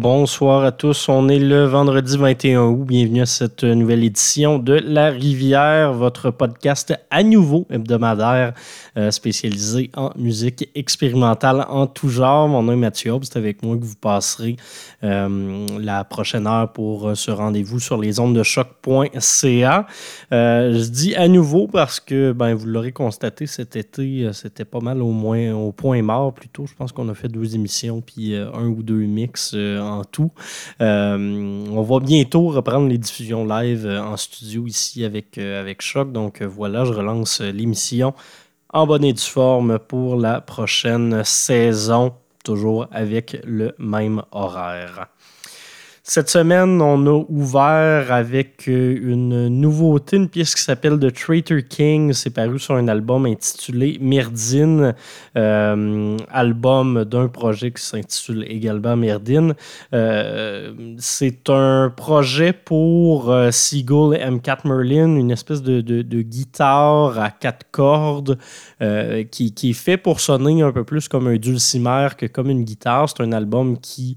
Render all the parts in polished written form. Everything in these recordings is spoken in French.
bonsoir à tous. On est le vendredi 21 août. Bienvenue à cette nouvelle édition de La Rivière, votre podcast à nouveau hebdomadaire spécialisé en musique expérimentale en tout genre. Mon nom est Mathieu Aube. C'est avec moi que vous passerez la prochaine heure pour ce rendez-vous sur les ondes de choc.ca. Je dis à nouveau parce que, vous l'aurez constaté, cet été, c'était pas mal au moins au point mort plutôt. Je pense qu'on a fait 2 émissions puis 1 ou 2 mix en tout. On va bientôt reprendre les diffusions live en studio ici avec Choc. Donc voilà, je relance l'émission en bonne et due forme pour la prochaine saison, toujours avec le même horaire. Cette semaine, on a ouvert avec une nouveauté, une pièce qui s'appelle The Traitor King. C'est paru sur un album intitulé Myrdine, album d'un projet qui s'intitule également Myrdine. C'est un projet pour Seagull M4 Merlin, une espèce de guitare à 4 cordes qui est fait pour sonner un peu plus comme un dulcimer que comme une guitare. C'est un album qui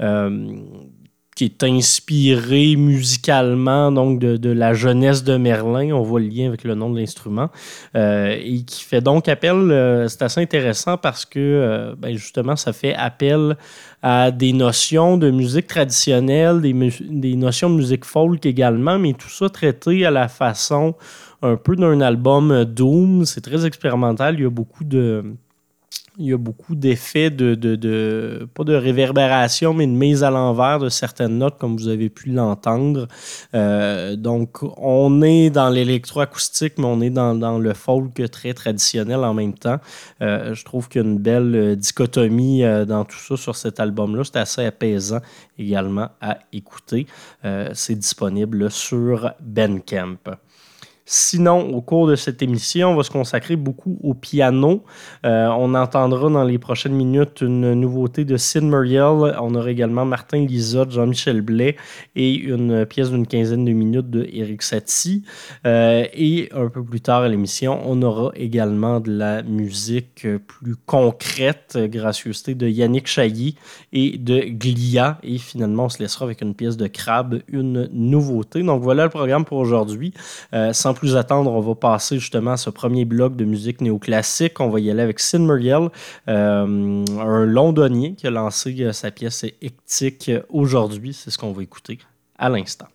est inspiré musicalement donc de la jeunesse de Merlin. On voit le lien avec le nom de l'instrument. Et qui fait donc appel, c'est assez intéressant parce que justement, ça fait appel à des notions de musique traditionnelle, des notions de musique folk également, mais tout ça traité à la façon un peu d'un album Doom. C'est très expérimental. Il y a beaucoup d'effets pas de réverbération, mais de mise à l'envers de certaines notes, comme vous avez pu l'entendre. Donc, on est dans l'électroacoustique, mais on est dans le folk très traditionnel en même temps. Je trouve qu'il y a une belle dichotomie dans tout ça sur cet album-là. C'est assez apaisant également à écouter. C'est disponible sur Bandcamp. Sinon, au cours de cette émission, on va se consacrer beaucoup au piano. On entendra dans les prochaines minutes une nouveauté de Sid Muriel. On aura également Martin Lizotte, Jean-Michel Blais et une pièce d'une quinzaine de minutes de Éric Satie. Et un peu plus tard à l'émission, on aura également de la musique plus concrète, gracieuseté de Yannick Chailly et de Glia. Et finalement, on se laissera avec une pièce de Crabe, une nouveauté. Donc voilà le programme pour aujourd'hui. Sans plus attendre, on va passer justement à ce premier bloc de musique néoclassique. On va y aller avec Sid Muriel, un londonien qui a lancé sa pièce Ectique aujourd'hui. C'est ce qu'on va écouter à l'instant.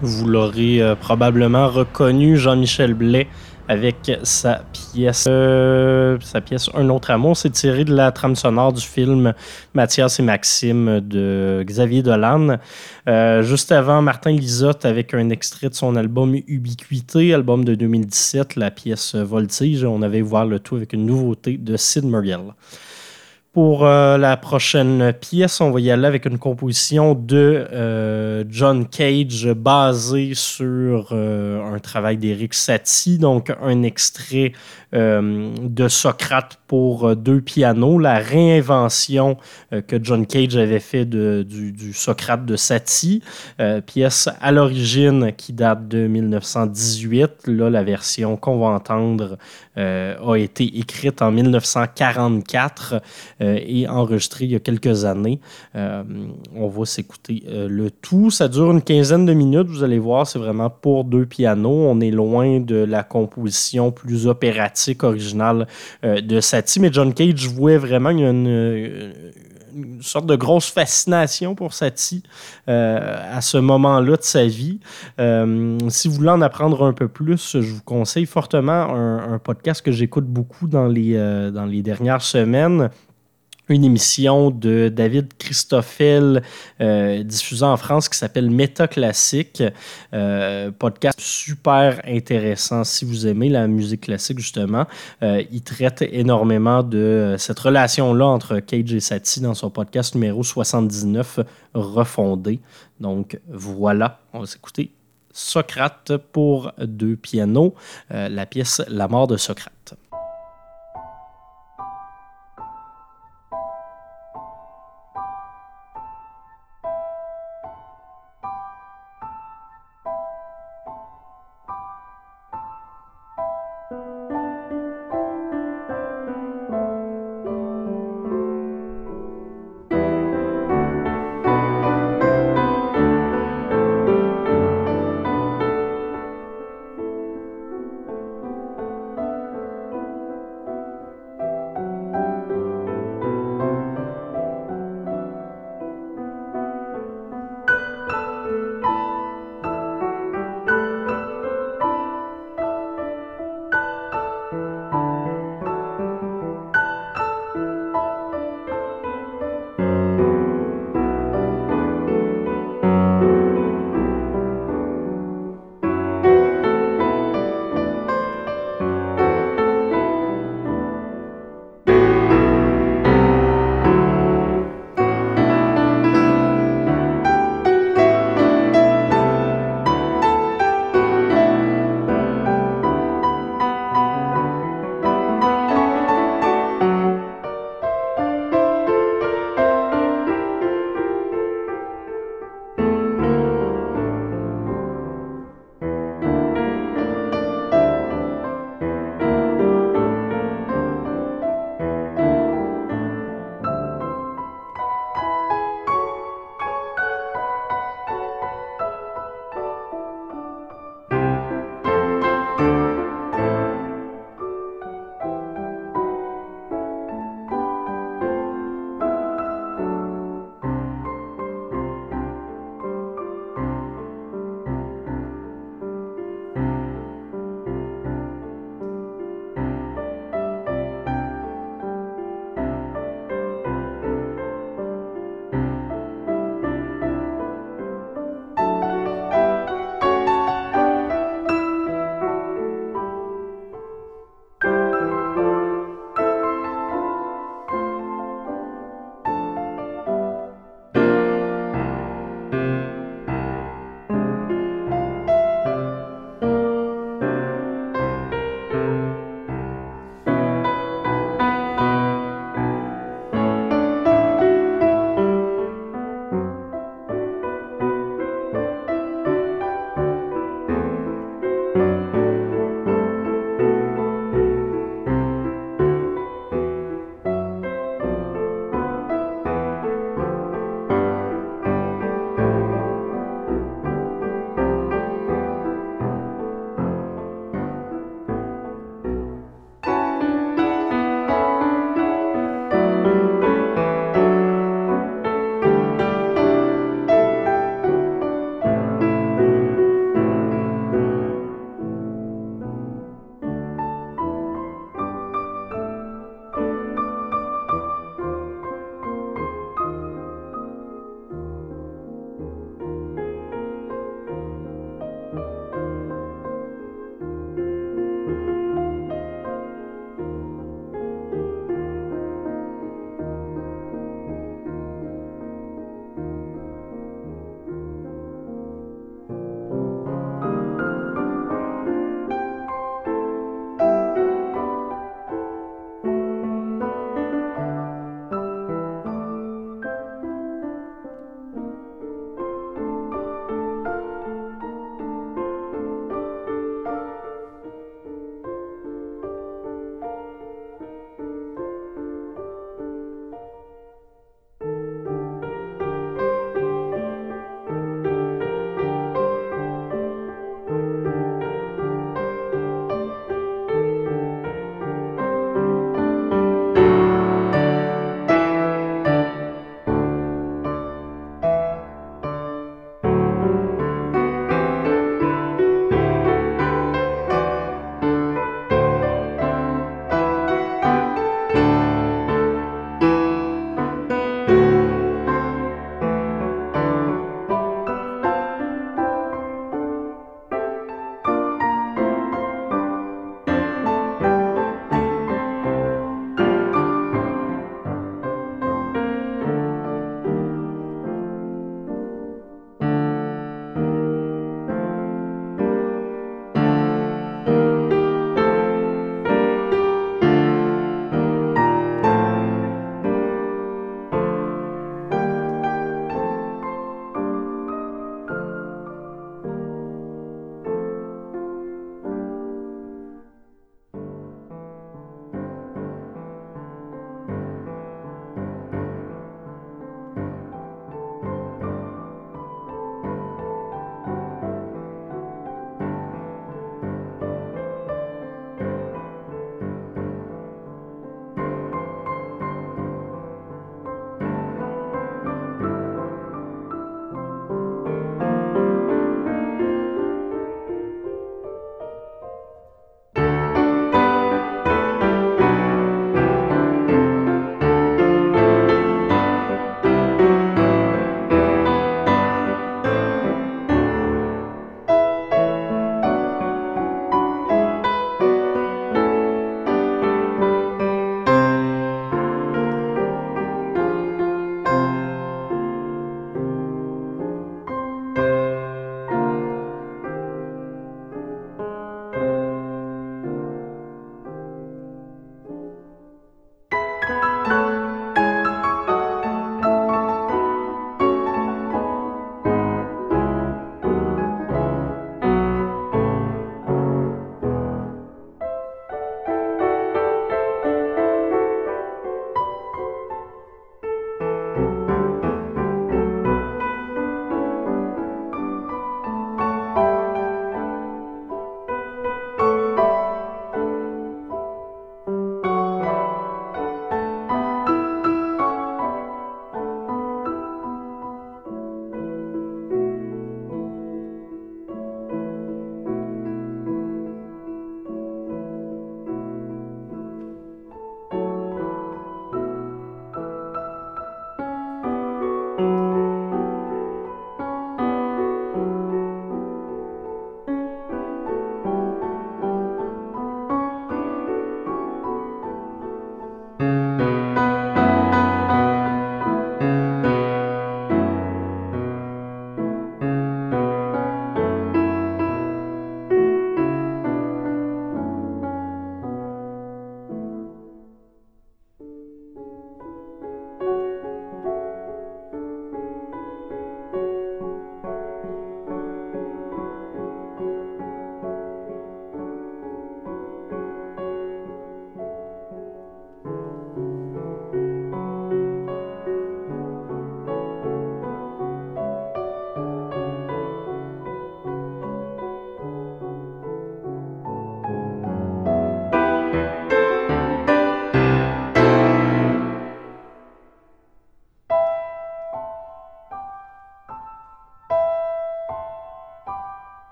Vous l'aurez probablement reconnu, Jean-Michel Blais, avec sa pièce Un autre amour. C'est tiré de la trame sonore du film Mathias et Maxime de Xavier Dolan. Juste avant, Martin Lizotte avec un extrait de son album Ubiquité, album de 2017, la pièce Voltige. On avait voir le tout avec une nouveauté de Sid Muriel. Pour la prochaine pièce, on va y aller avec une composition de John Cage basée sur un travail d'Éric Satie, donc un extrait de Socrate pour deux pianos, la réinvention que John Cage avait fait du Socrate de Satie, pièce à l'origine qui date de 1918. Là, la version qu'on va entendre a été écrite en 1944 et enregistrée il y a quelques années. On va s'écouter le tout. Ça dure une quinzaine de minutes, vous allez voir, c'est vraiment pour deux pianos. On est loin de la composition plus opératique originale de Satie, mais John Cage vouait vraiment une sorte de grosse fascination pour Satie à ce moment-là de sa vie. Si vous voulez en apprendre un peu plus, je vous conseille fortement un podcast que j'écoute beaucoup dans les dernières semaines. Une émission de David Christoffel diffusée en France qui s'appelle Métaclassique. Podcast super intéressant si vous aimez la musique classique, justement. Il traite énormément de cette relation-là entre Cage et Satie dans son podcast numéro 79, Refondé. Donc voilà, on va s'écouter Socrate pour deux pianos, la pièce La mort de Socrate.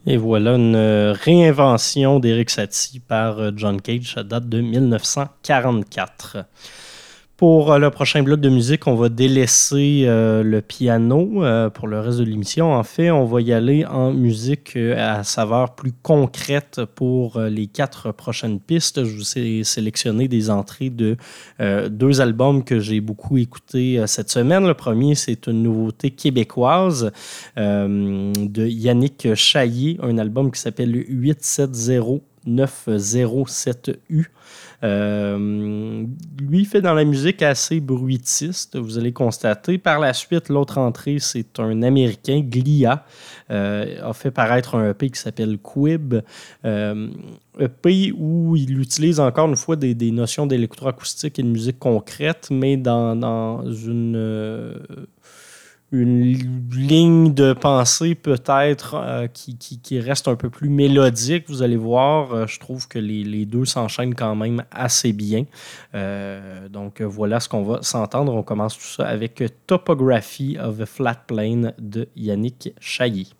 Et voilà une réinvention d'Erik Satie par John Cage. Ça date de 1944. Pour le prochain bloc de musique, on va délaisser le piano pour le reste de l'émission. En fait, on va y aller en musique à saveur plus concrète pour les 4 prochaines pistes. Je vous ai sélectionné des entrées de 2 albums que j'ai beaucoup écoutés cette semaine. Le premier, c'est une nouveauté québécoise de Yannick Chaillet, un album qui s'appelle 870907U. Lui fait dans la musique assez bruitiste, vous allez constater. Par la suite, l'autre entrée, c'est un Américain, Glia, a fait paraître un EP qui s'appelle Quib, EP où il utilise encore une fois des notions d'électroacoustique et de musique concrète, mais dans une ligne de pensée peut-être qui reste un peu plus mélodique. Vous allez voir, je trouve que les deux s'enchaînent quand même assez bien. Donc voilà ce qu'on va s'entendre. On commence tout ça avec Topography of a Flat Plane de Yannick Chaillet.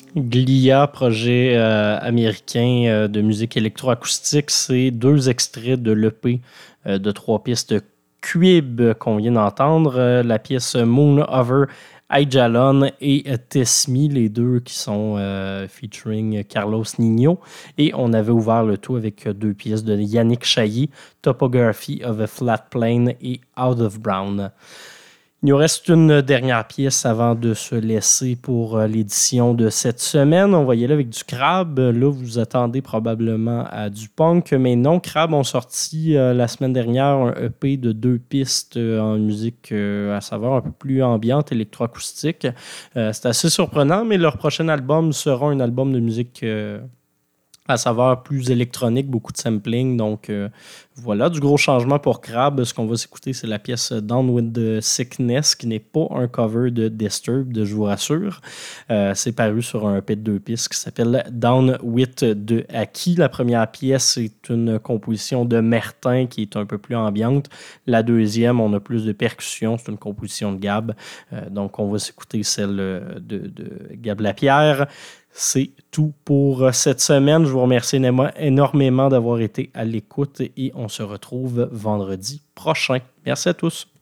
Glia, projet américain de musique électroacoustique, c'est 2 extraits de l'EP de 3 pistes Quib qu'on vient d'entendre. La pièce Moon Over Aijalon et Tesmi, les deux qui sont featuring Carlos Nino. Et on avait ouvert le tout avec 2 pièces de Yannick Chailly, Topography of a Flat Plane et Out of Brown. Il nous reste une dernière pièce avant de se laisser pour l'édition de cette semaine. On va y aller avec du Crab. Là, vous attendez probablement à du punk, mais non, Crab ont sorti la semaine dernière un EP de 2 pistes en musique à saveur un peu plus ambiante, électroacoustique. C'est assez surprenant, mais leur prochain album sera un album de musique à saveur plus électronique, beaucoup de sampling. Donc, voilà, du gros changement pour Crab. Ce qu'on va s'écouter, c'est la pièce Down with the Sickness, qui n'est pas un cover de Disturbed, je vous rassure. C'est paru sur un EP de 2 pistes qui s'appelle Down with the Aki. La première pièce est une composition de Mertin qui est un peu plus ambiante. La deuxième, on a plus de percussions. C'est une composition de Gab. Donc, on va s'écouter celle de Gab Lapierre. C'est tout pour cette semaine. Je vous remercie énormément d'avoir été à l'écoute et on se retrouve vendredi prochain. Merci à tous.